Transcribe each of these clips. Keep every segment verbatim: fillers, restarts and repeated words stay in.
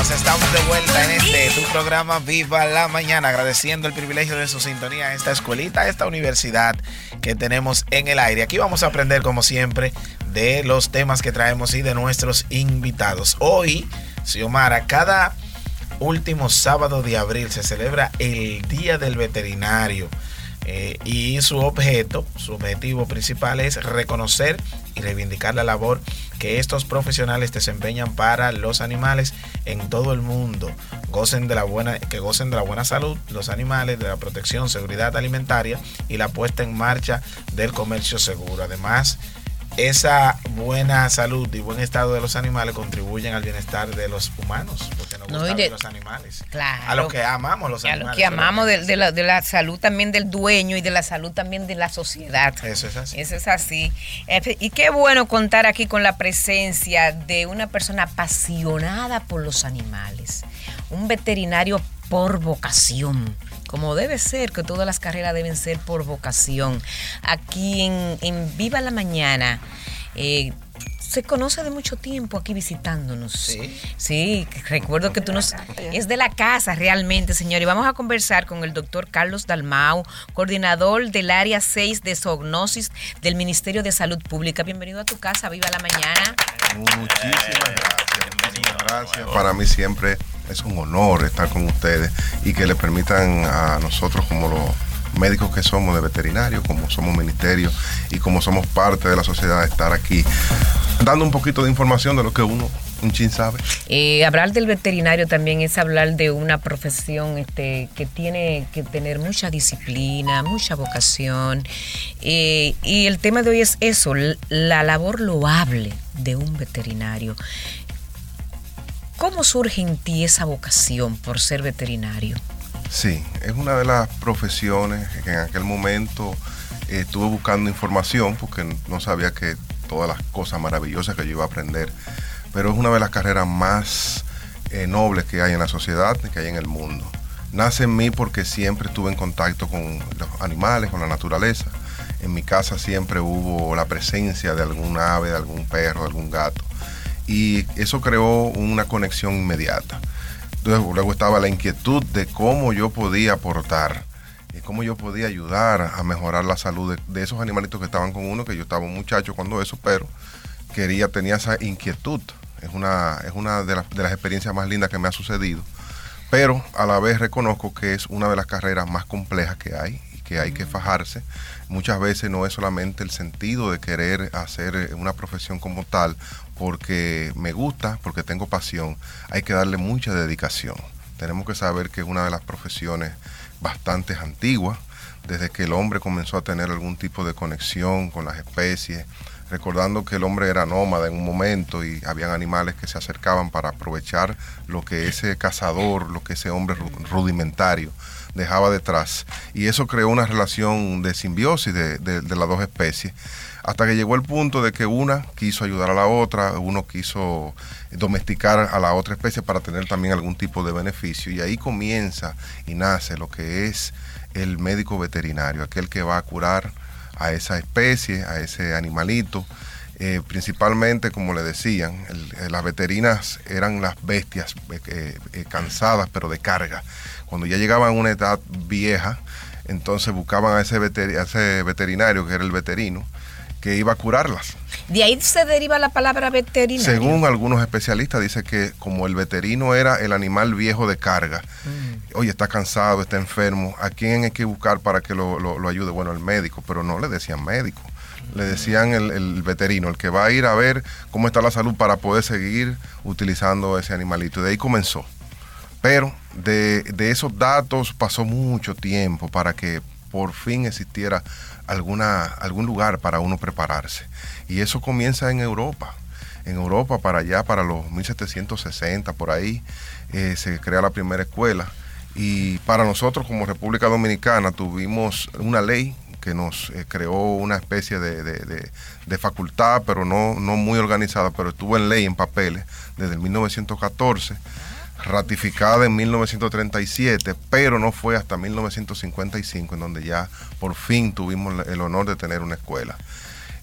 estamos, estamos de vuelta en este tu programa Viva la Mañana, agradeciendo el privilegio de su sintonía a esta escuelita, a esta universidad que tenemos en el aire. Aquí vamos a aprender, como siempre, de los temas que traemos y de nuestros invitados. Hoy, Xiomara, cada último sábado de abril se celebra el Día del Veterinario. Eh, y su objeto, su objetivo principal es reconocer y reivindicar la labor que estos profesionales desempeñan para los animales en todo el mundo. Gocen de la buena, que gocen de la buena salud los animales, de la protección, seguridad alimentaria y la puesta en marcha del comercio seguro. Además, esa buena salud y buen estado de los animales contribuyen al bienestar de los humanos, porque nos gustan no, de, los animales. Claro. A los que amamos los animales. A los que amamos de, de, la, de la salud también del dueño y de la salud también de la sociedad. Eso es así. Eso es así. Y qué bueno contar aquí con la presencia de una persona apasionada por los animales. Un veterinario por vocación. Como debe ser, que todas las carreras deben ser por vocación. Aquí en, en Viva la Mañana, eh, se conoce de mucho tiempo aquí visitándonos. Sí. Sí, recuerdo que tú nos... Es de la casa realmente, señor. Y vamos a conversar con el doctor Carlos Dalmau, coordinador del área seis de zoognosis del Ministerio de Salud Pública. Bienvenido a tu casa, Viva la Mañana. Muchísimas gracias. Muchísimas gracias. Para mí siempre es un honor estar con ustedes y que le permitan a nosotros, como los médicos que somos de veterinario, como somos ministerio y como somos parte de la sociedad, estar aquí dando un poquito de información de lo que uno un chin sabe. Eh, hablar del veterinario también es hablar de una profesión este, que tiene que tener mucha disciplina, mucha vocación. Eh, y el tema de hoy es eso, la labor loable de un veterinario. ¿Cómo surge en ti esa vocación por ser veterinario? Sí, es una de las profesiones que en aquel momento eh, estuve buscando información porque no sabía que todas las cosas maravillosas que yo iba a aprender, pero es una de las carreras más eh, nobles que hay en la sociedad, que hay en el mundo. Nace en mí porque siempre estuve en contacto con los animales, con la naturaleza. En mi casa siempre hubo la presencia de algún ave, de algún perro, de algún gato. Y eso creó una conexión inmediata. Entonces, luego estaba la inquietud de cómo yo podía aportar, y cómo yo podía ayudar a mejorar la salud de, de esos animalitos que estaban con uno, que yo estaba un muchacho cuando eso, pero quería, tenía esa inquietud. Es una, es una de, las, de las experiencias más lindas que me ha sucedido, pero a la vez reconozco que es una de las carreras más complejas que hay y que hay que fajarse. Muchas veces no es solamente el sentido de querer hacer una profesión como tal, porque me gusta, porque tengo pasión. Hay que darle mucha dedicación. Tenemos que saber que es una de las profesiones bastante antiguas, desde que el hombre comenzó a tener algún tipo de conexión con las especies, recordando que el hombre era nómada en un momento y habían animales que se acercaban para aprovechar lo que ese cazador, lo que ese hombre rudimentario dejaba detrás. Y eso creó una relación de simbiosis de, de, de las dos especies, hasta que llegó el punto de que una quiso ayudar a la otra, uno quiso domesticar a la otra especie para tener también algún tipo de beneficio, y ahí comienza y nace lo que es el médico veterinario, aquel que va a curar a esa especie, a ese animalito. Eh, principalmente, como le decían, el, las veterinas eran las bestias eh, eh, cansadas, pero de carga. Cuando ya llegaban a una edad vieja, entonces buscaban a ese, veter, a ese veterinario, que era el veterino, que iba a curarlas. De ahí se deriva la palabra veterinario. Según algunos especialistas, dice que como el veterino era el animal viejo de carga, mm. oye, está cansado, está enfermo, ¿a quién hay que buscar para que lo, lo, lo ayude? Bueno, el médico, pero no le decían médico, mm. le decían el, el veterino, el que va a ir a ver cómo está la salud para poder seguir utilizando ese animalito. De ahí comenzó. Pero de, de esos datos pasó mucho tiempo para que por fin existiera alguna, algún lugar para uno prepararse. Y eso comienza en Europa. En Europa, para allá, para los mil setecientos sesenta, por ahí, eh, se crea la primera escuela. Y para nosotros, como República Dominicana, tuvimos una ley que nos eh, creó una especie de, de, de, de facultad, pero no, no muy organizada, pero estuvo en ley, en papeles, desde el mil novecientos catorce, ratificada en mil novecientos treinta y siete, pero no fue hasta mil novecientos cincuenta y cinco en donde ya por fin tuvimos el honor de tener una escuela.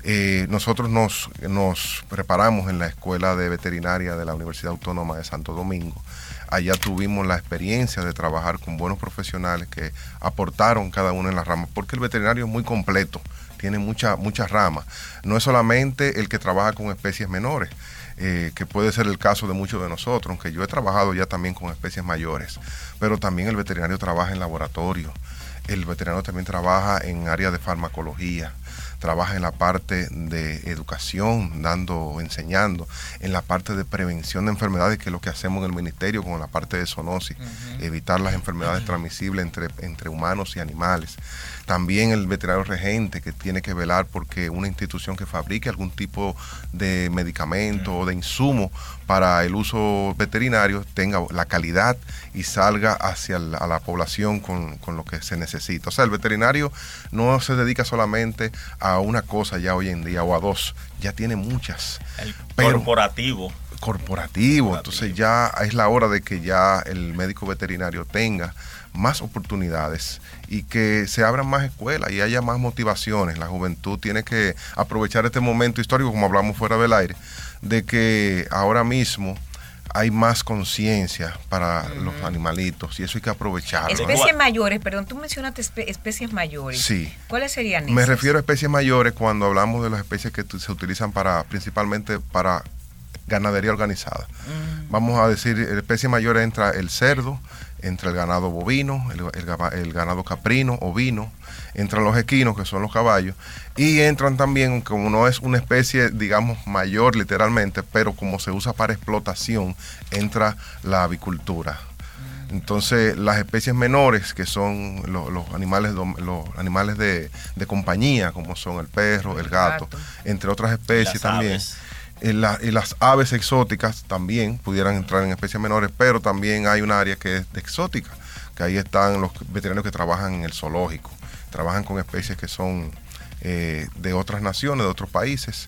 Eh, nosotros nos, nos preparamos en la Escuela de Veterinaria de la Universidad Autónoma de Santo Domingo. Allá tuvimos la experiencia de trabajar con buenos profesionales que aportaron cada uno en las ramas, porque el veterinario es muy completo, tiene muchas muchas ramas. No es solamente el que trabaja con especies menores, eh, que puede ser el caso de muchos de nosotros, aunque yo he trabajado ya también con especies mayores, pero también el veterinario trabaja en laboratorio, el veterinario también trabaja en área de farmacología, trabaja en la parte de educación, dando, enseñando, en la parte de prevención de enfermedades, que es lo que hacemos en el ministerio con la parte de zoonosis, uh-huh. evitar las enfermedades uh-huh. transmisibles entre, entre humanos y animales. También el veterinario regente, que tiene que velar porque una institución que fabrique algún tipo de medicamento uh-huh. o de insumo para el uso veterinario tenga la calidad y salga hacia la, a la población con, con lo que se necesita. O sea, el veterinario no se dedica solamente a una cosa ya hoy en día o a dos, ya tiene muchas. El pero, corporativo. Corporativo, entonces ya es la hora de que ya el médico veterinario tenga más oportunidades y que se abran más escuelas y haya más motivaciones. La juventud tiene que aprovechar este momento histórico, como hablamos fuera del aire, de que ahora mismo hay más conciencia para uh-huh. los animalitos y eso hay que aprovecharlo. Especies mayores, perdón, tú mencionaste espe- especies mayores. Sí. ¿Cuáles serían esas? Me refiero a especies mayores cuando hablamos de las especies que t- se utilizan para principalmente para ganadería organizada. Uh-huh. Vamos a decir, especies mayores entra el cerdo, entra el ganado bovino, el, el, el ganado caprino, ovino, entran los equinos, que son los caballos, y entran también, como no es una especie, digamos, mayor literalmente, pero como se usa para explotación, entra la avicultura. Entonces, las especies menores, que son los, los animales, los animales de, de compañía, como son el perro, el gato, entre otras especies también. Aves. Y, la, y las aves exóticas también pudieran entrar en especies menores, pero también hay un área que es de exótica, que ahí están los veterinarios que trabajan en el zoológico, trabajan con especies que son eh, de otras naciones, de otros países,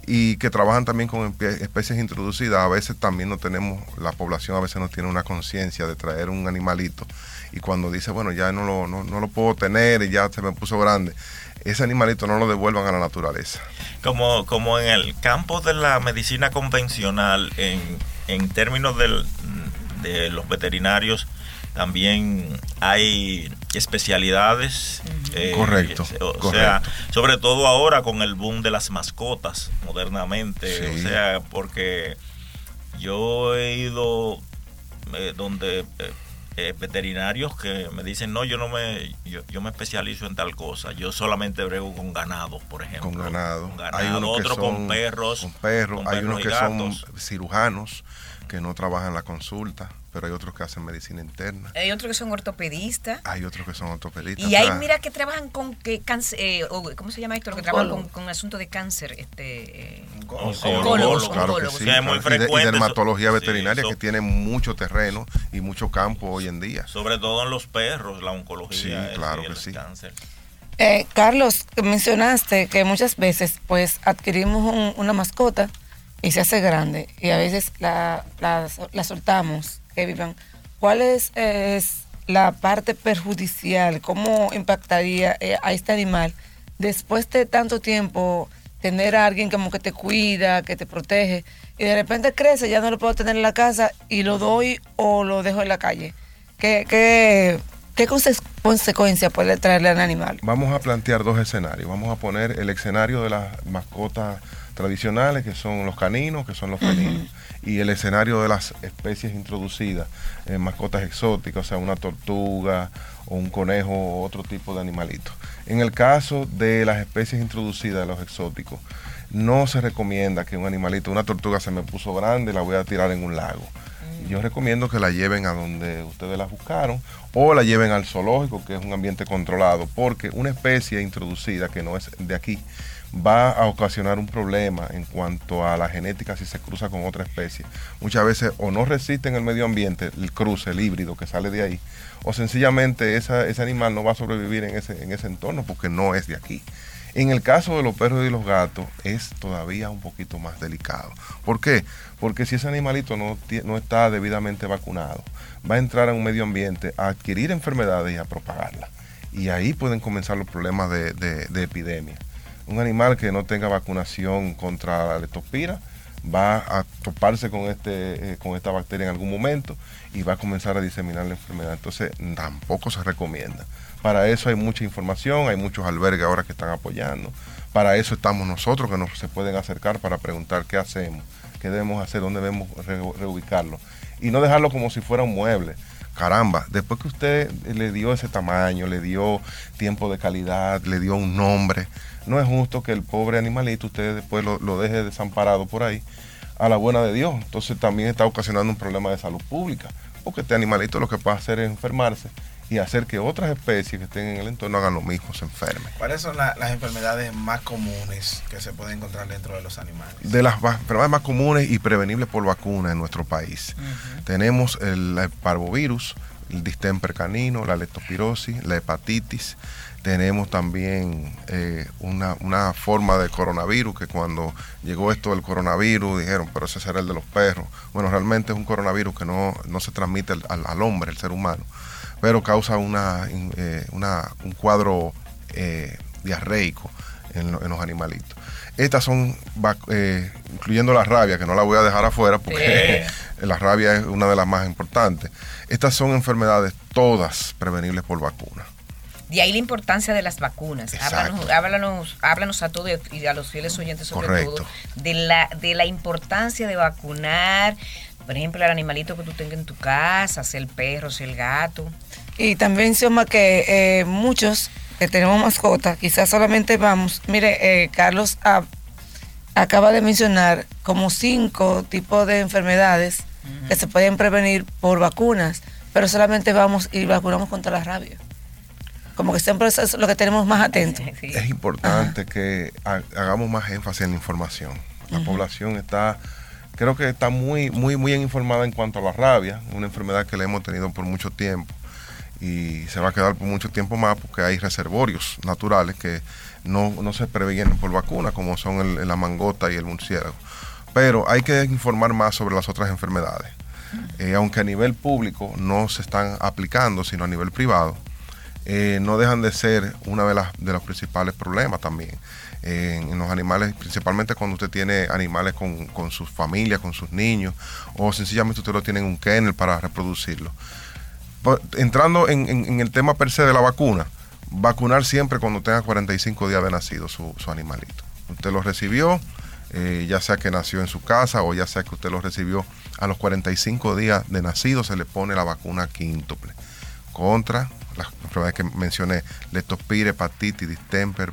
y que trabajan también con especies introducidas. A veces también no tenemos, la población a veces no tiene una conciencia de traer un animalito, y cuando dice, bueno, ya no lo, no, no lo puedo tener y ya se me puso grande, ese animalito no lo devuelvan a la naturaleza. Como, como en el campo de la medicina convencional, en, en términos del, de los veterinarios, también hay especialidades. Eh, correcto. O correcto. sea, sobre todo ahora con el boom de las mascotas, modernamente. Sí. O sea, porque yo he ido eh, donde... Eh, Eh, veterinarios que me dicen, no, yo no me yo, yo me especializo en tal cosa, yo solamente brego con ganado, por ejemplo. Con ganado. Con ganado. Hay unos otro que son, con perros. Con perros. Con hay perros unos que gatos. son cirujanos, que no trabajan la consulta, pero hay otros que hacen medicina interna. Hay otros que son ortopedistas. Hay otros que son ortopedistas. Y hay, mira, que trabajan con que cáncer, eh, o, ¿cómo se llama esto? Lo que trabajan con, con asunto de cáncer, este, eh, oncólogos, claro que sí, que es muy claro. frecuente. Y, de, y dermatología veterinaria, sí, so, que tiene mucho terreno y mucho campo hoy en día. Sobre todo en los perros, la oncología. Sí, claro y que el sí. Cáncer. Eh, Carlos, mencionaste que muchas veces pues adquirimos un, una mascota y se hace grande y a veces la, la, la soltamos, que vivan. ¿Cuál es, es la parte perjudicial? ¿Cómo impactaría eh, a este animal después de tanto tiempo tener a alguien como que te cuida, que te protege, y de repente crece, ya no lo puedo tener en la casa y lo doy o lo dejo en la calle? ¿Qué, qué, qué conse- consecuencia puede traerle al animal? Vamos a plantear dos escenarios. Vamos a poner el escenario de las mascotas tradicionales, que son los caninos, que son los felinos, uh-huh. y el escenario de las especies introducidas, eh, mascotas exóticas, o sea, una tortuga o un conejo o otro tipo de animalito. En el caso de las especies introducidas, de los exóticos, no se recomienda que un animalito, una tortuga se me puso grande, la voy a tirar en un lago. Uh-huh. Yo recomiendo que la lleven a donde ustedes la buscaron o la lleven al zoológico, que es un ambiente controlado, porque una especie introducida que no es de aquí va a ocasionar un problema en cuanto a la genética si se cruza con otra especie. Muchas veces o no resiste en el medio ambiente el cruce, el híbrido que sale de ahí, o sencillamente esa, ese animal no va a sobrevivir en ese, en ese entorno porque no es de aquí. En el caso de los perros y los gatos es todavía un poquito más delicado. ¿Por qué? Porque si ese animalito no, no está debidamente vacunado, va a entrar a un medio ambiente a adquirir enfermedades y a propagarlas. Y ahí pueden comenzar los problemas de, de, de epidemia. Un animal que no tenga vacunación contra la leptospira va a toparse con este eh, con esta bacteria en algún momento y va a comenzar a diseminar la enfermedad. Entonces tampoco se recomienda. Para eso hay mucha información, hay muchos albergues ahora que están apoyando. Para eso estamos nosotros, que nos se pueden acercar para preguntar qué hacemos, qué debemos hacer, dónde debemos re reubicarlo. Y no dejarlo como si fuera un mueble. Caramba, después que usted le dio ese tamaño, le dio tiempo de calidad, le dio un nombre, no es justo que el pobre animalito usted después lo, lo deje desamparado por ahí a la buena de Dios. Entonces también está ocasionando un problema de salud pública, porque este animalito lo que puede hacer es enfermarse y hacer que otras especies que estén en el entorno hagan lo mismo, se enfermen. ¿Cuáles son la, las enfermedades más comunes que se pueden encontrar dentro de los animales? De las enfermedades más comunes y prevenibles por vacuna en nuestro país, uh-huh. tenemos el, el parvovirus, el distemper canino, la leptospirosis, la hepatitis. Tenemos también eh, una, una forma de coronavirus, que cuando llegó esto del coronavirus dijeron, pero ese será el de los perros. Bueno, realmente es un coronavirus que no, no se transmite al, al, al hombre, el ser humano, pero causa una, eh, una, un cuadro eh, diarreico en, lo, en los animalitos. Estas son, eh, incluyendo la rabia, que no la voy a dejar afuera porque sí. La rabia es una de las más importantes. Estas son enfermedades todas prevenibles por vacuna. De ahí la importancia de las vacunas. Háblanos, háblanos, háblanos a todos y a los fieles oyentes sobre Correcto. todo de la, de la importancia de vacunar. Por ejemplo, el animalito que tú tengas en tu casa, sea el perro, sea el gato. Y también, Xioma, que eh, muchos que tenemos mascotas, quizás solamente vamos, mire, eh, Carlos a, acaba de mencionar como cinco tipos de enfermedades uh-huh. que se pueden prevenir por vacunas, pero solamente vamos y vacunamos contra la rabia. Como que siempre es lo que tenemos más atentos. Sí. Es importante Ajá. que ha, hagamos más énfasis en la información. La uh-huh. población está... Creo que está muy, muy, muy informada en cuanto a la rabia, una enfermedad que le hemos tenido por mucho tiempo y se va a quedar por mucho tiempo más porque hay reservorios naturales que no, no se previenen por vacuna, como son el, la mangota y el murciélago. Pero hay que informar más sobre las otras enfermedades. Eh, aunque a nivel público no se están aplicando, sino a nivel privado, eh, no dejan de ser una de, las, de los principales problemas también. En, en los animales, principalmente cuando usted tiene animales con, con sus familias, con sus niños, o sencillamente usted lo tiene en un kennel para reproducirlo. Entrando en, en, en el tema per se de la vacuna, vacunar siempre cuando tenga cuarenta y cinco días de nacido su, su animalito. Usted lo recibió, eh, ya sea que nació en su casa o ya sea que usted lo recibió a los cuarenta y cinco días de nacido, se le pone la vacuna quíntuple contra las enfermedades que mencioné: leptospira, hepatitis, distemper,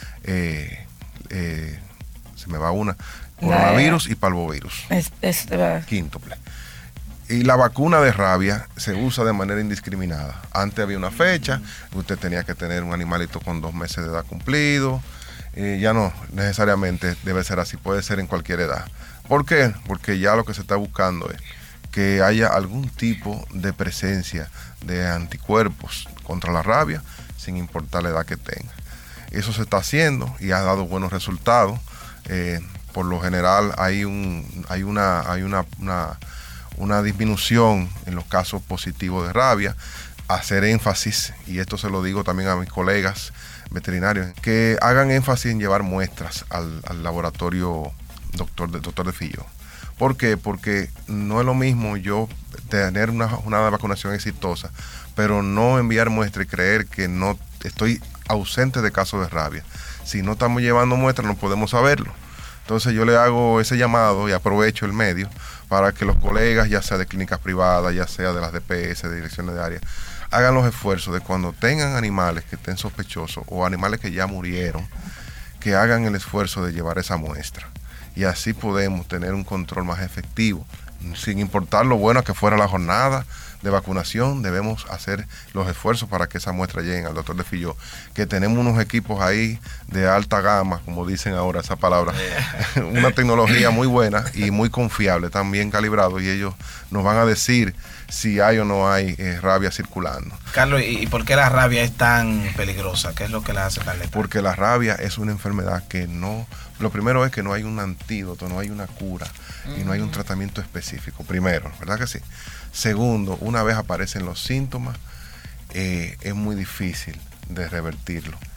Eh, eh, se me va una, coronavirus y parvovirus. Es, es de quíntuple. Y la vacuna de rabia se usa de manera indiscriminada. Antes había una fecha, usted tenía que tener un animalito con dos meses de edad cumplido. Eh, ya no necesariamente debe ser así, puede ser en cualquier edad. ¿Por qué? Porque ya lo que se está buscando es que haya algún tipo de presencia de anticuerpos contra la rabia, sin importar la edad que tenga. Eso se está haciendo y ha dado buenos resultados. Eh, por lo general hay un hay una hay una, una, una disminución en los casos positivos de rabia. Hacer énfasis, y esto se lo digo también a mis colegas veterinarios, que hagan énfasis en llevar muestras al, al laboratorio doctor de, doctor de Filló. ¿Por qué? Porque no es lo mismo yo tener una, una vacunación exitosa, pero no enviar muestras y creer que no estoy ausente de casos de rabia. Si no estamos llevando muestras, no podemos saberlo. Entonces yo le hago ese llamado y aprovecho el medio para que los colegas, ya sea de clínicas privadas, ya sea de las D P S, de direcciones de área, hagan los esfuerzos de cuando tengan animales que estén sospechosos o animales que ya murieron, que hagan el esfuerzo de llevar esa muestra. Y así podemos tener un control más efectivo. Sin importar lo buena que fuera la jornada de vacunación, debemos hacer los esfuerzos para que esa muestra llegue al doctor de Filló, que tenemos unos equipos ahí de alta gama, como dicen ahora esa palabra, una tecnología muy buena y muy confiable, también calibrado, y ellos nos van a decir si hay o no hay eh, rabia circulando. Carlos, ¿y por qué la rabia es tan peligrosa? ¿Qué es lo que la hace tan letal? Porque la rabia es una enfermedad que no, lo primero es que no hay un antídoto, no hay una cura, uh-huh. y no hay un tratamiento específico, primero, ¿verdad que sí? Segundo, una vez aparecen los síntomas, eh, es muy difícil de revertirlo.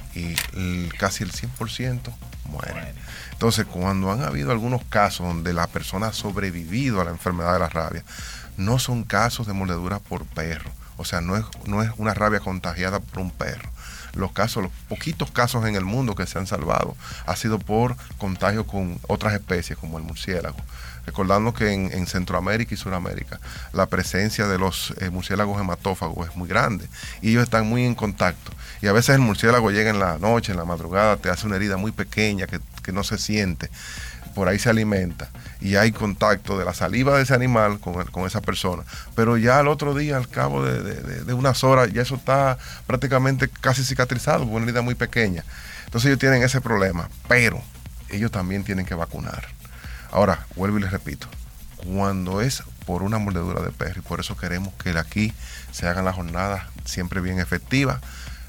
y el, casi el cien por ciento mueren. Entonces, cuando han habido algunos casos donde la persona ha sobrevivido a la enfermedad de la rabia, no son casos de mordedura por perro. O sea, no es, no es una rabia contagiada por un perro. Los casos, los poquitos casos en el mundo que se han salvado ha sido por contagio con otras especies como el murciélago. Recordando que en, en Centroamérica y Sudamérica la presencia de los eh, murciélagos hematófagos es muy grande y ellos están muy en contacto. Y a veces el murciélago llega en la noche, en la madrugada, te hace una herida muy pequeña que, que no se siente. Por ahí se alimenta y hay contacto de la saliva de ese animal con, con esa persona. Pero ya al otro día, al cabo de, de, de unas horas, ya eso está prácticamente casi cicatrizado, por una herida muy pequeña. Entonces ellos tienen ese problema, pero ellos también tienen que vacunar. Ahora, vuelvo y les repito, cuando es por una mordedura de perro, y por eso queremos que aquí se hagan las jornadas siempre bien efectivas,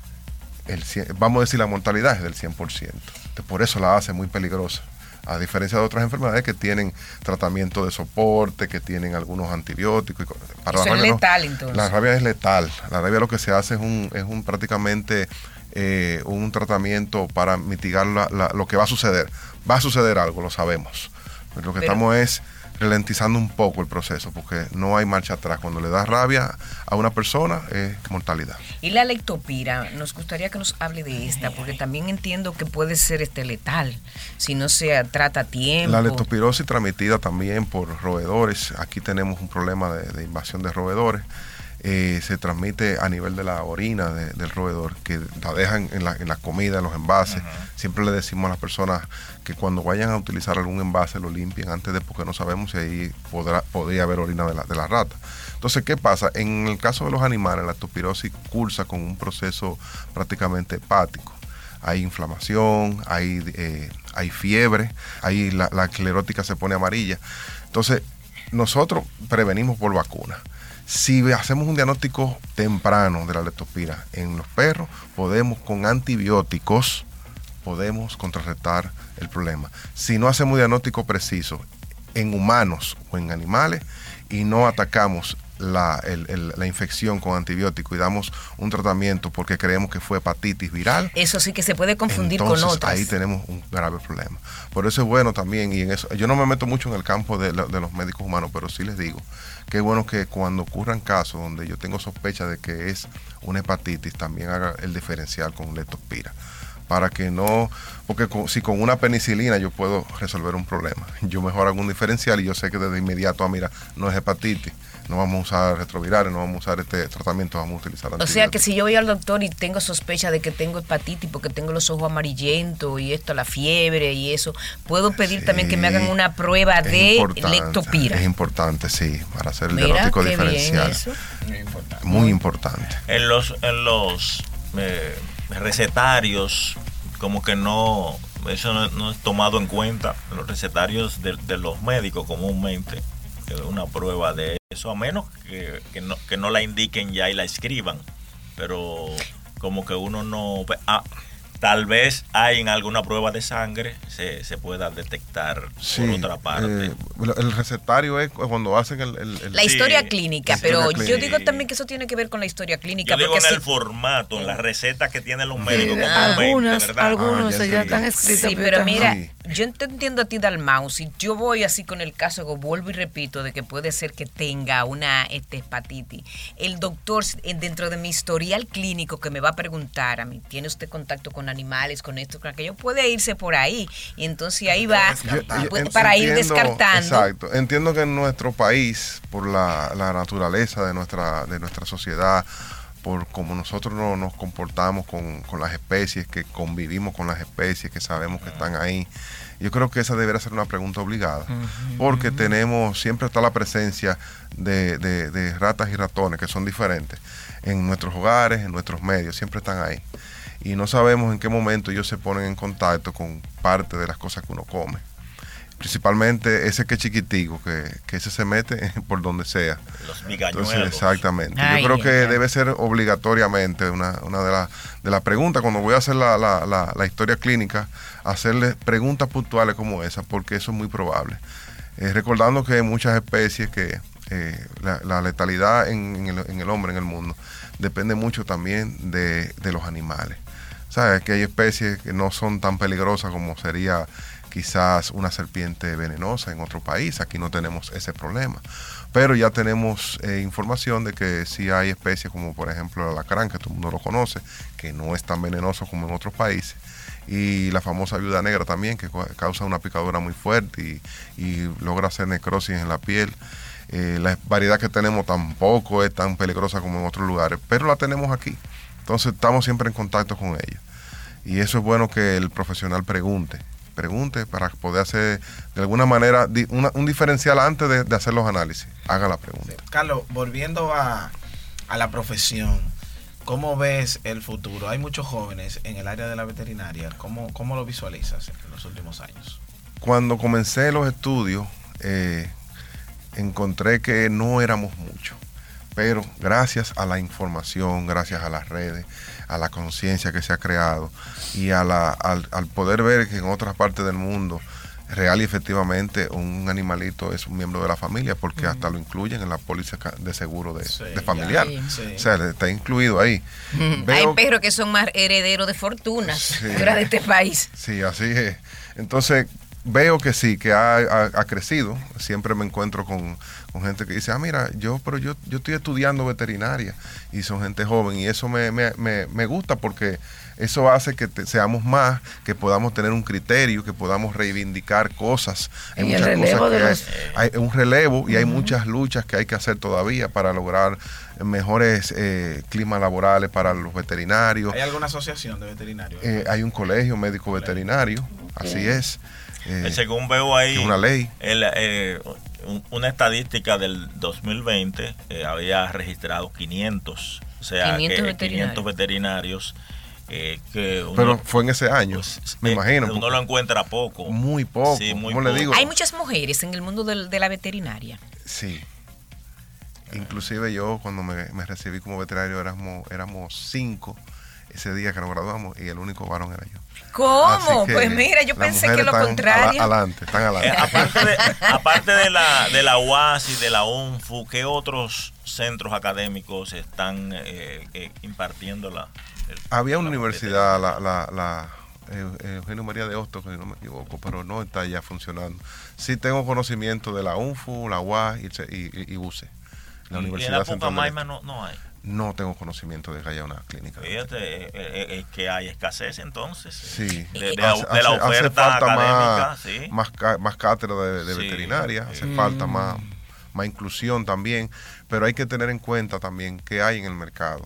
el, vamos a decir la mortalidad es del cien por ciento. Entonces, por eso la hace muy peligrosa. A diferencia de otras enfermedades que tienen tratamiento de soporte, que tienen algunos antibióticos. Para Eso la rabia, es letal, no, entonces. La rabia es letal. La rabia lo que se hace es un, es un prácticamente eh, un tratamiento para mitigar la, la, lo que va a suceder. Va a suceder algo, lo sabemos. Lo que Pero, estamos es ralentizando un poco el proceso, porque no hay marcha atrás. Cuando le das rabia a una persona, es mortalidad. Y la leptopira, nos gustaría que nos hable de esta, porque también entiendo que puede ser este letal, si no se trata a tiempo. La leptospirosis transmitida también por roedores. Aquí tenemos un problema de, de invasión de roedores. Eh, se transmite a nivel de la orina de, del roedor, que la dejan en la, en la comida, en los envases. Uh-huh. Siempre le decimos a las personas que cuando vayan a utilizar algún envase lo limpien antes de, porque no sabemos si ahí podrá, podría haber orina de la, de la rata. Entonces, ¿qué pasa? En el caso de los animales, la leptospirosis cursa con un proceso prácticamente hepático. Hay inflamación, hay, eh, hay fiebre, ahí la, la esclerótica se pone amarilla. Entonces, nosotros prevenimos por vacuna. Si hacemos un diagnóstico temprano de la leptospira en los perros, podemos con antibióticos, podemos contrarrestar el problema. Si no hacemos un diagnóstico preciso en humanos o en animales y no atacamos la, el, el, la infección con antibióticos y damos un tratamiento porque creemos que fue hepatitis viral, eso sí que se puede confundir entonces, con otras. Ahí tenemos un grave problema. Por eso es bueno también, y en eso yo no me meto mucho en el campo de, de los médicos humanos, pero sí les digo que es bueno que cuando ocurran casos donde yo tengo sospecha de que es una hepatitis, también haga el diferencial con leptospira, para que no, porque con, si con una penicilina yo puedo resolver un problema, yo mejor hago un diferencial y yo sé que desde inmediato, ah, mira, no es hepatitis, no vamos a usar retrovirales, no vamos a usar este tratamiento, vamos a utilizar antibióticos. O sea que si yo voy al doctor y tengo sospecha de que tengo hepatitis porque tengo los ojos amarillentos y esto, la fiebre y eso, puedo pedir sí, también que me hagan una prueba de leptospira. Es importante, sí, para hacer el Mira, diagnóstico diferencial. Eso. Muy importante. Muy importante. En los, en los eh, recetarios, como que no, eso no, no es tomado en cuenta, los recetarios de, de los médicos comúnmente, una prueba de eso, a menos que, que, no, que no la indiquen ya y la escriban, pero como que uno no... Ah, tal vez hay en alguna prueba de sangre se, se pueda detectar sí, por otra parte. Eh, el recetario es cuando hacen el... el, el la historia sí, clínica, la pero historia yo clínica. digo también que eso tiene que ver con la historia clínica. Yo digo en si, el formato, en la receta que tienen los médicos. Sí, algunos, ¿verdad? algunos ah, ya, ya están escritos. Sí, pero mira, sí. yo te entiendo a ti, Dalmau, si yo voy así con el caso, vuelvo y repito, de que puede ser que tenga una este, hepatitis, el doctor dentro de mi historial clínico que me va a preguntar a mí, ¿tiene usted contacto con animales, con esto, con aquello? Puede irse por ahí, y entonces ahí va yo, yo, pues, para entiendo, ir descartando. Exacto, entiendo que en nuestro país, por la, la naturaleza de nuestra, de nuestra sociedad, por cómo nosotros no, nos comportamos con, con las especies, que convivimos con las especies, que sabemos que están ahí, yo creo que esa debería ser una pregunta obligada, uh-huh. porque tenemos, siempre está la presencia de, de, de ratas y ratones que son diferentes en nuestros hogares, en nuestros medios, siempre están ahí. Y no sabemos en qué momento ellos se ponen en contacto con parte de las cosas que uno come. Principalmente ese que es chiquitico, que, que ese se mete por donde sea. Los migañuelos. Entonces, exactamente. Ay, Yo creo que ay. debe ser obligatoriamente una, una de las de la preguntas, cuando voy a hacer la, la, la, la historia clínica, hacerle preguntas puntuales como esa, porque eso es muy probable. Eh, recordando que hay muchas especies que eh, la, la letalidad en, en, el, en el hombre, en el mundo, depende mucho también de, de los animales. ¿Sabes? Que hay especies que no son tan peligrosas como sería quizás una serpiente venenosa en otro país. Aquí no tenemos ese problema. Pero ya tenemos eh, información de que sí hay especies como por ejemplo el alacrán, que todo el mundo lo conoce, que no es tan venenoso como en otros países. Y la famosa viuda negra también, que causa una picadura muy fuerte y, y logra hacer necrosis en la piel. Eh, la variedad que tenemos tampoco es tan peligrosa como en otros lugares, pero la tenemos aquí. Entonces estamos siempre en contacto con ella. Y eso es bueno que el profesional pregunte. Pregunte para poder hacer de alguna manera una, un diferencial antes de, de hacer los análisis. Haga la pregunta. Sí. Carlos, volviendo a, a la profesión, ¿cómo ves el futuro? Hay muchos jóvenes en el área de la veterinaria. ¿Cómo, cómo lo visualizas en los últimos años? Cuando comencé los estudios, eh, encontré que no éramos muchos. Pero gracias a la información, gracias a las redes, a la conciencia que se ha creado y a la, al, al poder ver que en otras partes del mundo real y efectivamente un animalito es un miembro de la familia, porque uh-huh. hasta lo incluyen en la póliza de seguro de, sí, de familiar. Sí. O sea, está incluido ahí. Uh-huh. Veo, hay perros que son más herederos de fortunas sí, fuera de este país. Sí, así es. Entonces, veo que sí, que ha, ha, ha crecido. Siempre me encuentro con, con gente que dice, ah, mira, yo pero yo, yo estoy estudiando veterinaria, y son gente joven, y eso me, me, me, me gusta, porque eso hace que te, seamos más, que podamos tener un criterio, que podamos reivindicar cosas. Hay y muchas el relevo cosas que de los... hay, hay un relevo y uh-huh. hay muchas luchas que hay que hacer todavía para lograr mejores eh, climas laborales para los veterinarios. ¿Hay alguna asociación de veterinarios? Eh, hay un colegio médico colegio. veterinario, así uh-huh. es. Eh, Según veo ahí, una ley. El, eh, una estadística del dos mil veinte eh, había registrado quinientos, o sea, quinientos que, veterinarios. quinientos veterinarios. Eh, que uno, pero fue en ese año, pues, me eh, imagino. Uno lo encuentra poco. Muy poco. Sí, muy ¿Cómo poco. le digo? Hay muchas mujeres en el mundo de, de la veterinaria. Sí. Inclusive yo cuando me, me recibí como veterinario éramos, éramos cinco ese día que nos graduamos, y el único varón era yo. ¿Cómo? Pues mira, yo pensé que lo contrario. Adelante, están adelante. Eh, aparte de, aparte de la de la U A S y de la U N F U, ¿qué otros centros académicos están eh, eh, impartiendo la? El, Había una la universidad, la, la, la eh, Eugenio María de Hostos, que no me equivoco, pero no está ya funcionando. Sí tengo conocimiento de la U N F U, la U A S y, y, y U C E. La y Universidad en la Central Pucamaima no, no hay. No tengo conocimiento de que haya una clínica. Fíjate, eh, eh, que hay escasez entonces. Sí. De, de, hace, de la oferta hace falta académica, más, sí. más, más cátedra de, de sí, veterinaria, hace mm. falta más, más inclusión también, pero hay que tener en cuenta también qué hay en el mercado.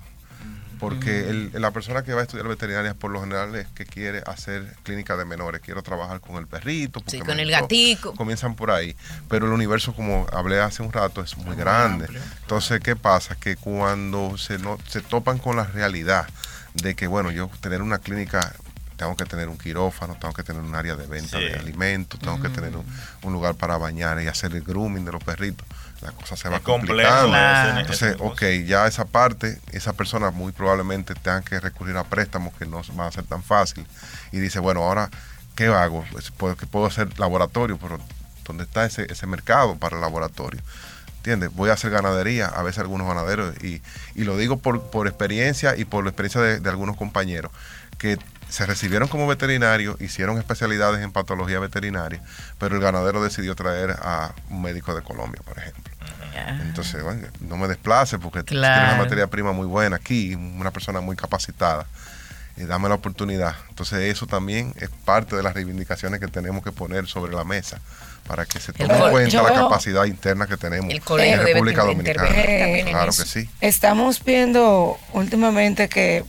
Porque el, la persona que va a estudiar veterinaria por lo general es que quiere hacer clínica de menores, quiero trabajar con el perrito, sí, con el gatico. Comienzan por ahí, pero el universo, como hablé hace un rato, es muy grande. Entonces, ¿qué pasa? Que cuando se, no, se topan con la realidad de que, bueno, yo tener una clínica, tengo que tener un quirófano, tengo que tener un área de venta sí. de alimentos, tengo mm. que tener un, un lugar para bañar y hacer el grooming de los perritos. La cosa se va complicando. Entonces, ok, ya esa parte, esa persona muy probablemente tenga que recurrir a préstamos que no van a ser tan fácil. Y dice, bueno, ahora, ¿qué hago? Pues, puedo, puedo hacer laboratorio, pero ¿dónde está ese, ese mercado para el laboratorio? ¿Entiendes? Voy a hacer ganadería, a veces algunos ganaderos, y, y lo digo por, por experiencia y por la experiencia de, de algunos compañeros, que se recibieron como veterinarios, hicieron especialidades en patología veterinaria, pero el ganadero decidió traer a un médico de Colombia, por ejemplo. Entonces, bueno, no me desplace porque claro. tiene una materia prima muy buena aquí, una persona muy capacitada, y dame la oportunidad. Entonces, eso también es parte de las reivindicaciones que tenemos que poner sobre la mesa para que se tome en cuenta yo, la capacidad interna que tenemos el en la República Dominicana. Eh, claro que sí. Estamos viendo últimamente que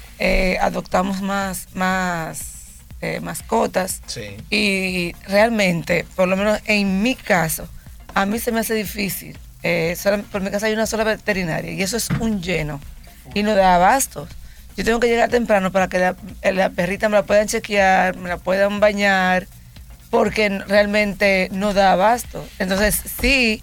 eh, adoptamos más, más eh, mascotas sí. y realmente, por lo menos en mi caso, a mí se me hace difícil. Eh, solo, por mi casa hay una sola veterinaria y eso es un lleno y no da abastos. Yo tengo que llegar temprano para que la, la perrita me la puedan chequear, me la puedan bañar, porque realmente no da abasto. Entonces sí,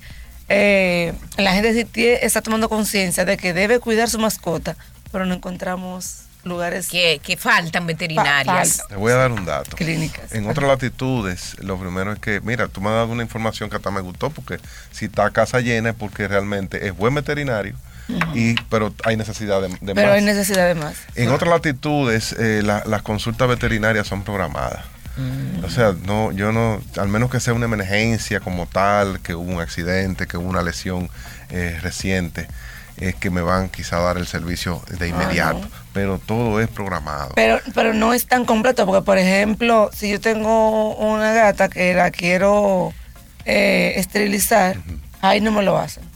eh, la gente sí tiene, está tomando conciencia de que debe cuidar su mascota, pero no encontramos lugares que, que faltan veterinarias. Te voy a dar un dato. Clínicas. En otras latitudes, lo primero es que, mira, tú me has dado una información que hasta me gustó, porque si está casa llena es porque realmente es buen veterinario Uh-huh. y Pero hay necesidad de, de pero más. Pero hay necesidad de más. En otras latitudes, eh, la, las consultas veterinarias son programadas. Mm. O sea, no, yo no, al menos que sea una emergencia como tal, que hubo un accidente, que hubo una lesión eh, reciente, es que me van quizá a dar el servicio de inmediato, ah, no. pero todo es programado. Pero pero no es tan completo, porque por ejemplo, si yo tengo una gata que la quiero eh, esterilizar, uh-huh. ahí no me lo hacen.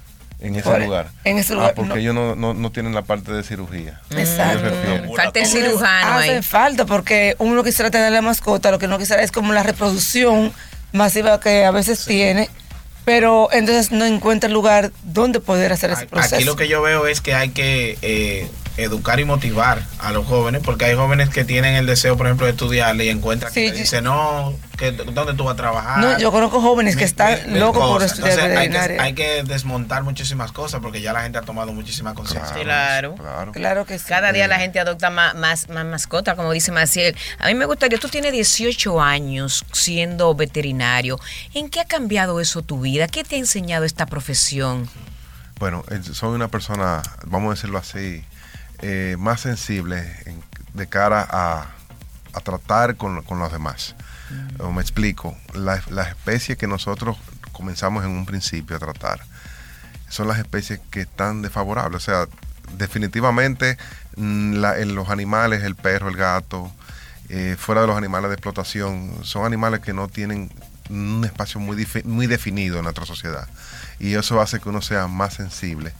En ese por, lugar. En ese lugar. Ah, porque no. ellos no, no, no tienen la parte de cirugía. Exacto. Falta el cirujano ahí. Hace falta, porque uno quisiera tener la mascota, lo que no quisiera es como la reproducción masiva que a veces sí. tiene. Pero entonces no encuentra lugar donde poder hacer ese proceso. Aquí lo que yo veo es que hay que eh, educar y motivar a los jóvenes, porque hay jóvenes que tienen el deseo, por ejemplo, de estudiar y encuentran sí, que te dicen, no, que, ¿dónde tú vas a trabajar? No, yo conozco jóvenes que están mi, mi, locos por estudiar Entonces, veterinaria. Hay que, hay que desmontar muchísimas cosas, porque ya la gente ha tomado muchísima conciencia. Claro, claro. Claro que sí. Cada día la gente adopta más, más, más mascotas, como dice Maciel. A mí me gustaría, tú tienes dieciocho años siendo veterinario. ¿En qué ha cambiado eso tu vida? ¿Qué te ha enseñado esta profesión? Bueno, soy una persona, vamos a decirlo así, eh, más sensible en, de cara a, a tratar con, con los demás. Mm. O me explico, la, las especies que nosotros comenzamos en un principio a tratar son las especies que están desfavorables. O sea, definitivamente la, en los animales, el perro, el gato, eh, fuera de los animales de explotación, son animales que no tienen un espacio muy, muy definido en nuestra sociedad. Y eso hace que uno sea más sensible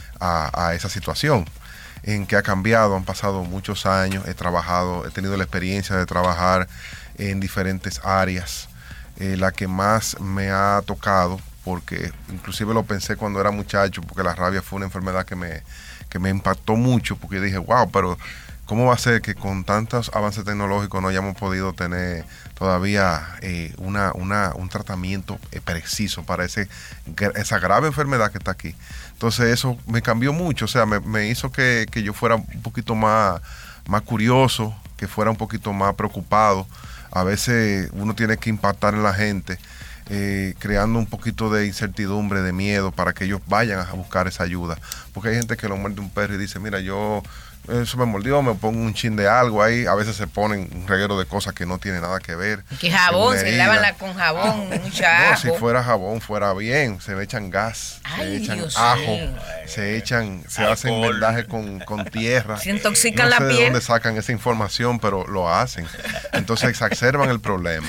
a, a esa situación. En que ha cambiado, han pasado muchos años, he trabajado, he tenido la experiencia de trabajar en diferentes áreas. Eh, la que más me ha tocado, porque inclusive lo pensé cuando era muchacho, porque la rabia fue una enfermedad que me, que me impactó mucho, porque dije, wow, pero ¿cómo va a ser que con tantos avances tecnológicos no hayamos podido tener todavía eh, una, una, un tratamiento eh, preciso para ese, esa grave enfermedad que está aquí? Entonces eso me cambió mucho, o sea, me, me hizo que, que yo fuera un poquito más, más curioso, que fuera un poquito más preocupado. A veces uno tiene que impactar en la gente, eh, creando un poquito de incertidumbre, de miedo, para que ellos vayan a buscar esa ayuda. Porque hay gente que lo muerde un perro y dice, mira, yo... eso me mordió, me pongo un chin de algo ahí. A veces se ponen un reguero de cosas que no tiene nada que ver. Que jabón, se lavan la, con jabón, mucha No, si fuera jabón, fuera bien. Se le echan gas, Ay, se echan Dios ajo, mío. se echan, se hacen vendaje con, con tierra. Se intoxican no la sé piel. de dónde sacan esa información, pero lo hacen. Entonces exacerban el problema.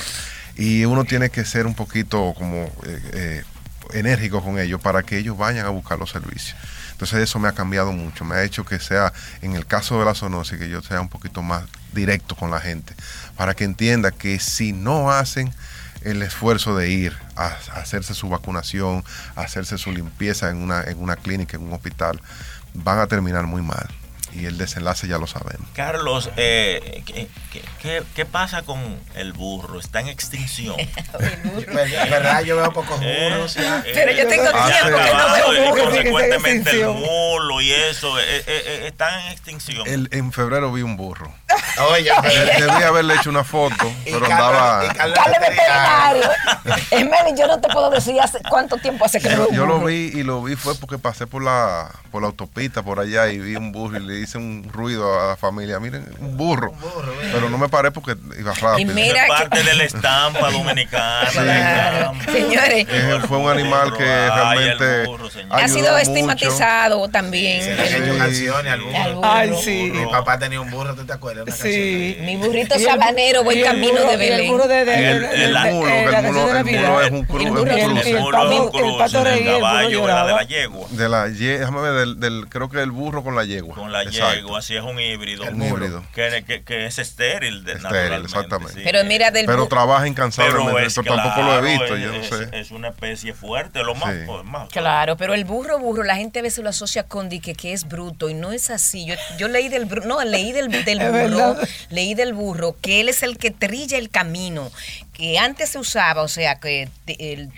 Y uno tiene que ser un poquito como eh, eh, enérgico con ellos para que ellos vayan a buscar los servicios. Entonces eso me ha cambiado mucho, me ha hecho que sea, en el caso de la zoonosis, que yo sea un poquito más directo con la gente, para que entienda que si no hacen el esfuerzo de ir a, a hacerse su vacunación, a hacerse su limpieza en una, en una clínica, en un hospital, van a terminar muy mal. Y el desenlace ya lo sabemos. Carlos, eh, ¿qué, qué, qué, ¿qué pasa con el burro? ¿Está en extinción? ¿Verdad? ¿Verdad? Yo veo pocos burros. Eh, eh, Pero yo tengo eh, tiempo que no veo y burros. consecuentemente el mulo y eso, eh, eh, eh, están en extinción. El, en febrero vi un burro. Oye, pero... debí haberle hecho una foto, pero andaba... Carlos veterinario. Esmeli, yo no te puedo decir hace cuánto tiempo hace que yo, no yo lo vi y lo vi fue porque pasé por la por la autopista por allá y vi un burro y le hice un ruido a la familia, miren, un burro, un burro pero no me paré porque iba rápido. Y mira es parte que... de la estampa dominicana. Sí. Estampa. Señores, eh, fue un animal que Ay, realmente burro, ha sido estigmatizado mucho. También. Se le han hecho canciones al burro. Al burro. Ay, sí. Mi papá tenía un burro, ¿tú te acuerdas? Una Sí. Mi burrito sabanero, buen camino de Belén. El burro de, de, el, de, el, de, mulo, de, el, la mulo, canción de el Navidad. mulo es un cruce. El mulo es un Es cruce. un El pavo- cruce. el pato el reía, el burro caballo, lloraba. de la yegua. De la ye- déjame ver, del, del, creo que el burro con la yegua. Con la Exacto. yegua, así es un híbrido. Un híbrido. Que, que, que es estéril, de, Estéril, naturalmente. exactamente. Sí. Pero mira, del Pero bu- trabaja Pero incansablemente, es, pero tampoco lo he visto, claro, yo no es, sé. es una especie fuerte, lo más, Sí. pues, más. Claro, pero el burro, burro, la gente a veces lo asocia con di que, que es bruto y no es así. Yo, yo leí del burro, no, leí del, del Es burro, verdad. leí del burro que él es el que trilla el camino, que antes se usaba, o sea, que te- el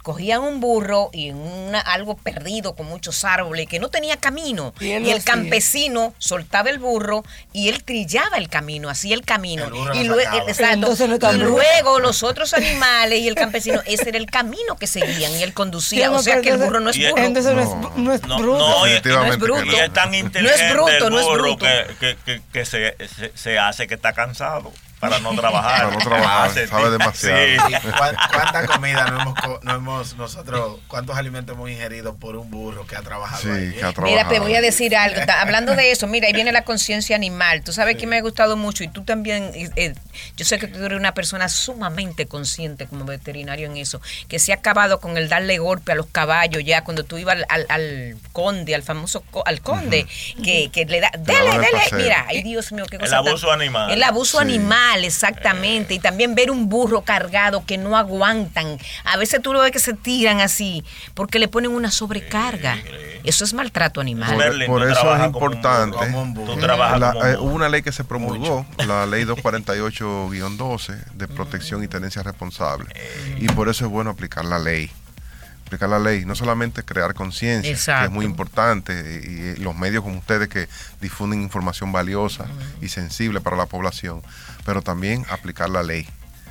cogían un burro y una, algo perdido con muchos árboles que no tenía camino y, y el hacía. campesino soltaba el burro y él trillaba el camino, hacía el camino el y, luego, exacto, y luego los otros animales y el campesino, ese era el camino que seguían y él conducía, o sea que el burro no es burro. Entonces no, no, es, no es no, bruto. No, y, no es bruto. Y es tan inteligente no es bruto, el burro no es bruto. que, que, que, que se, se, se hace que está cansado para no trabajar. Para no trabajar, ah, sabe demasiado. Sí. ¿Cuánta comida no hemos, no hemos nosotros, cuántos alimentos hemos ingerido por un burro que ha trabajado Sí, ahí? que ha trabajado. Mira, te voy a decir algo, hablando de eso, mira, ahí viene la conciencia animal. Tú sabes sí. que me ha gustado mucho y tú también, eh, yo sé que tú eres una persona sumamente consciente como veterinario en eso, que se ha acabado con el darle golpe a los caballos ya cuando tú ibas al, al, al conde, al famoso co, al conde, uh-huh. que, que le da, dele, dele, mira, ay Dios mío, qué cosa. El abuso tan, animal. El abuso sí. animal. Exactamente, y también ver un burro cargado que no aguantan. A veces tú lo ves que se tiran así porque le ponen una sobrecarga. Eso es maltrato animal. Por, por eso es importante. Como un burro. Tú trabajas la, como un eh, burro. Hubo una ley que se promulgó, Mucho. la ley doscientos cuarenta y ocho guión doce de protección y tenencia responsable. Y por eso es bueno aplicar la ley. Aplicar la ley, no solamente crear conciencia, que es muy importante, y, y los medios como ustedes que difunden información valiosa uh-huh. y sensible para la población, pero también aplicar la ley,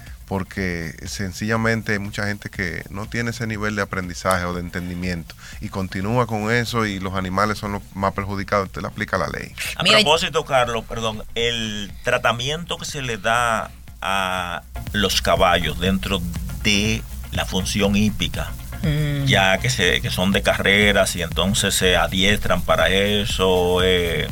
porque sencillamente hay mucha gente que no tiene ese nivel de aprendizaje o de entendimiento y continúa con eso y los animales son los más perjudicados, usted le aplica la ley. A Mira, propósito, Carlos, perdón, el tratamiento que se le da a los caballos dentro de la función hípica, Mm. ya que se que son de carreras y entonces se adiestran para eso, eh,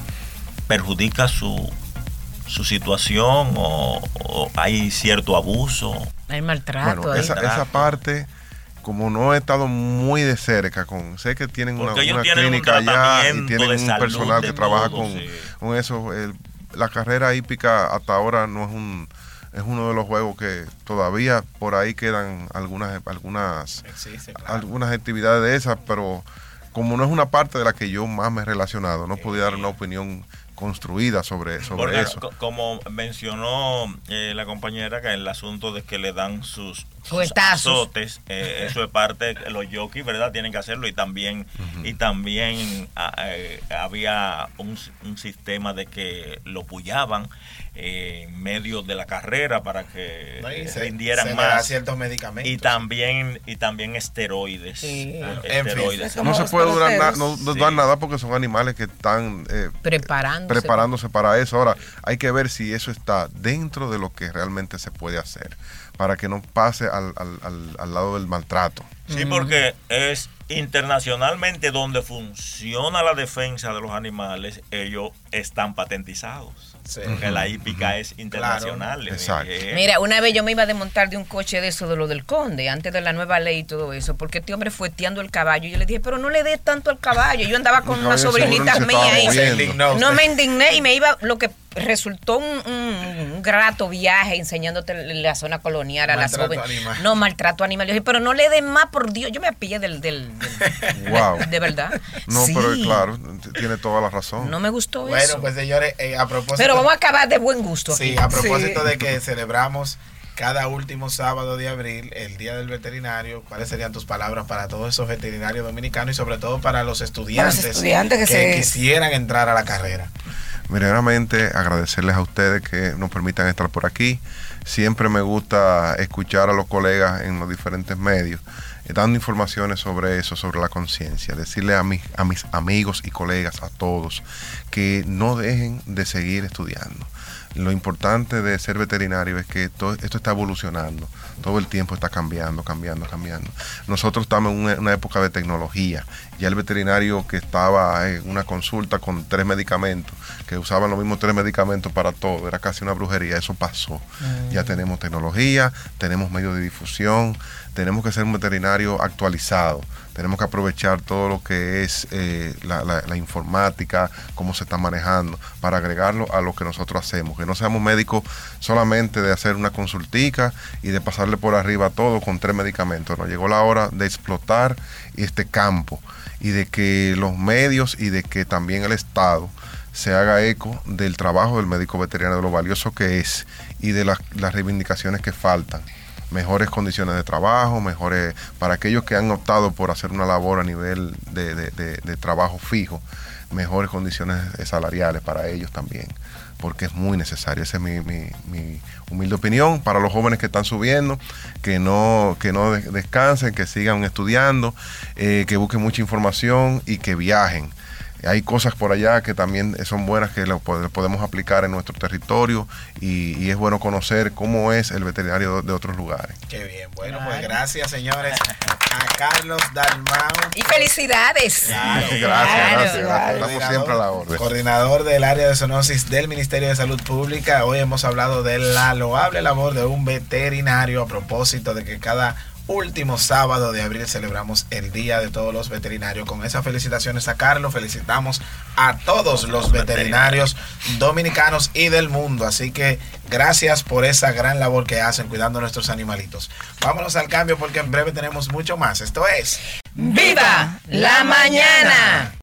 perjudica su su situación o, o hay cierto abuso, hay maltrato. Bueno, esa, esa parte, como no he estado muy de cerca con, sé que tienen una, una clínica un allá y tienen un personal que trabaja modo, con, sí. con eso. El, la carrera hípica hasta ahora no es un es uno de los juegos que todavía por ahí quedan algunas algunas Existe, claro. algunas actividades de esas, pero como no es una parte de la que yo más me he relacionado, no podía dar una opinión construida sobre, sobre Porque, eso. Como mencionó eh, la compañera, que el asunto de que le dan sus, sus azotes, eh, eso es parte, los jockeys, ¿verdad? Tienen que hacerlo y también uh-huh. y también eh, había un, un sistema de que lo pullaban eh, en medio de la carrera para que no, se, rindieran se más ciertos medicamentos y también y también esteroides, sí. eh, esteroides. En fin, no se puede durar na, no, no sí. dar nada porque son animales que están eh, preparándose. preparándose para eso. Ahora hay que ver si eso está dentro de lo que realmente se puede hacer para que no pase al, al, al, al lado del maltrato. Sí, porque es internacionalmente donde funciona la defensa de los animales, ellos están patentizados. Sí. Porque la hípica uh-huh. es internacional. Claro. Exacto. Mira, una vez yo me iba a desmontar de un coche de eso, de lo del conde, antes de la nueva ley y todo eso, porque este hombre fue teando el caballo. Y yo le dije, pero no le des tanto al caballo. Yo andaba con unas sobrinitas mías ahí. No me indigné y me iba, lo que resultó un, un, un grato viaje enseñándote la zona colonial a las jóvenes. No, maltrato animal. Yo dije, pero no le des más, por Dios. Yo me pillé del... del, del wow. de, de verdad. No, sí. pero claro, tiene toda la razón. No me gustó bueno, eso. Bueno, pues señores, eh, a propósito... Pero vamos a acabar de buen gusto. Sí, a propósito sí. de que celebramos cada último sábado de abril el Día del Veterinario, ¿cuáles serían tus palabras para todos esos veterinarios dominicanos y sobre todo para los estudiantes, para los estudiantes que, que se... quisieran entrar a la carrera? Primeramente, agradecerles a ustedes que nos permitan estar por aquí. Siempre me gusta escuchar a los colegas en los diferentes medios, eh, dando informaciones sobre eso, sobre la conciencia. Decirle a mis, a mis amigos y colegas, a todos, que no dejen de seguir estudiando. Lo importante de ser veterinario es que todo esto está evolucionando, todo el tiempo está cambiando, cambiando, cambiando. Nosotros estamos en una, una época de tecnología. Ya el veterinario que estaba en una consulta con tres medicamentos, que usaban los mismos tres medicamentos para todo, era casi una brujería, eso pasó. Mm. Ya tenemos tecnología, tenemos medios de difusión, tenemos que ser un veterinario actualizado, tenemos que aprovechar todo lo que es eh, la, la, la informática, cómo se está manejando, para agregarlo a lo que nosotros hacemos, que no seamos médicos solamente de hacer una consultica y de pasarle por arriba todo con tres medicamentos. Nos llegó la hora de explotar este campo y de que los medios y de que también el Estado se haga eco del trabajo del médico veterinario, de lo valioso que es y de las, las reivindicaciones que faltan mejores condiciones de trabajo, mejores, para aquellos que han optado por hacer una labor a nivel de, de, de, de trabajo fijo, mejores condiciones salariales para ellos también, porque es muy necesario. Esa es mi, mi, mi humilde opinión para los jóvenes que están subiendo, que no, que no descansen, que sigan estudiando, eh, que busquen mucha información y que viajen. Hay cosas por allá que también son buenas que lo podemos aplicar en nuestro territorio y, y es bueno conocer cómo es el veterinario de otros lugares. Qué bien, bueno, claro. Pues gracias, señores, a Carlos Dalmau. Y felicidades. Claro, gracias, claro. gracias, gracias. Estamos siempre a la orden. Coordinador del área de zoonosis del Ministerio de Salud Pública. Hoy hemos hablado de la loable labor de un veterinario a propósito de que cada último sábado de abril celebramos el Día de Todos los Veterinarios. Con esas felicitaciones a Carlos, felicitamos a todos los veterinarios dominicanos y del mundo. Así que gracias por esa gran labor que hacen cuidando a nuestros animalitos. Vámonos al cambio porque en breve tenemos mucho más. Esto es ¡Viva la Mañana!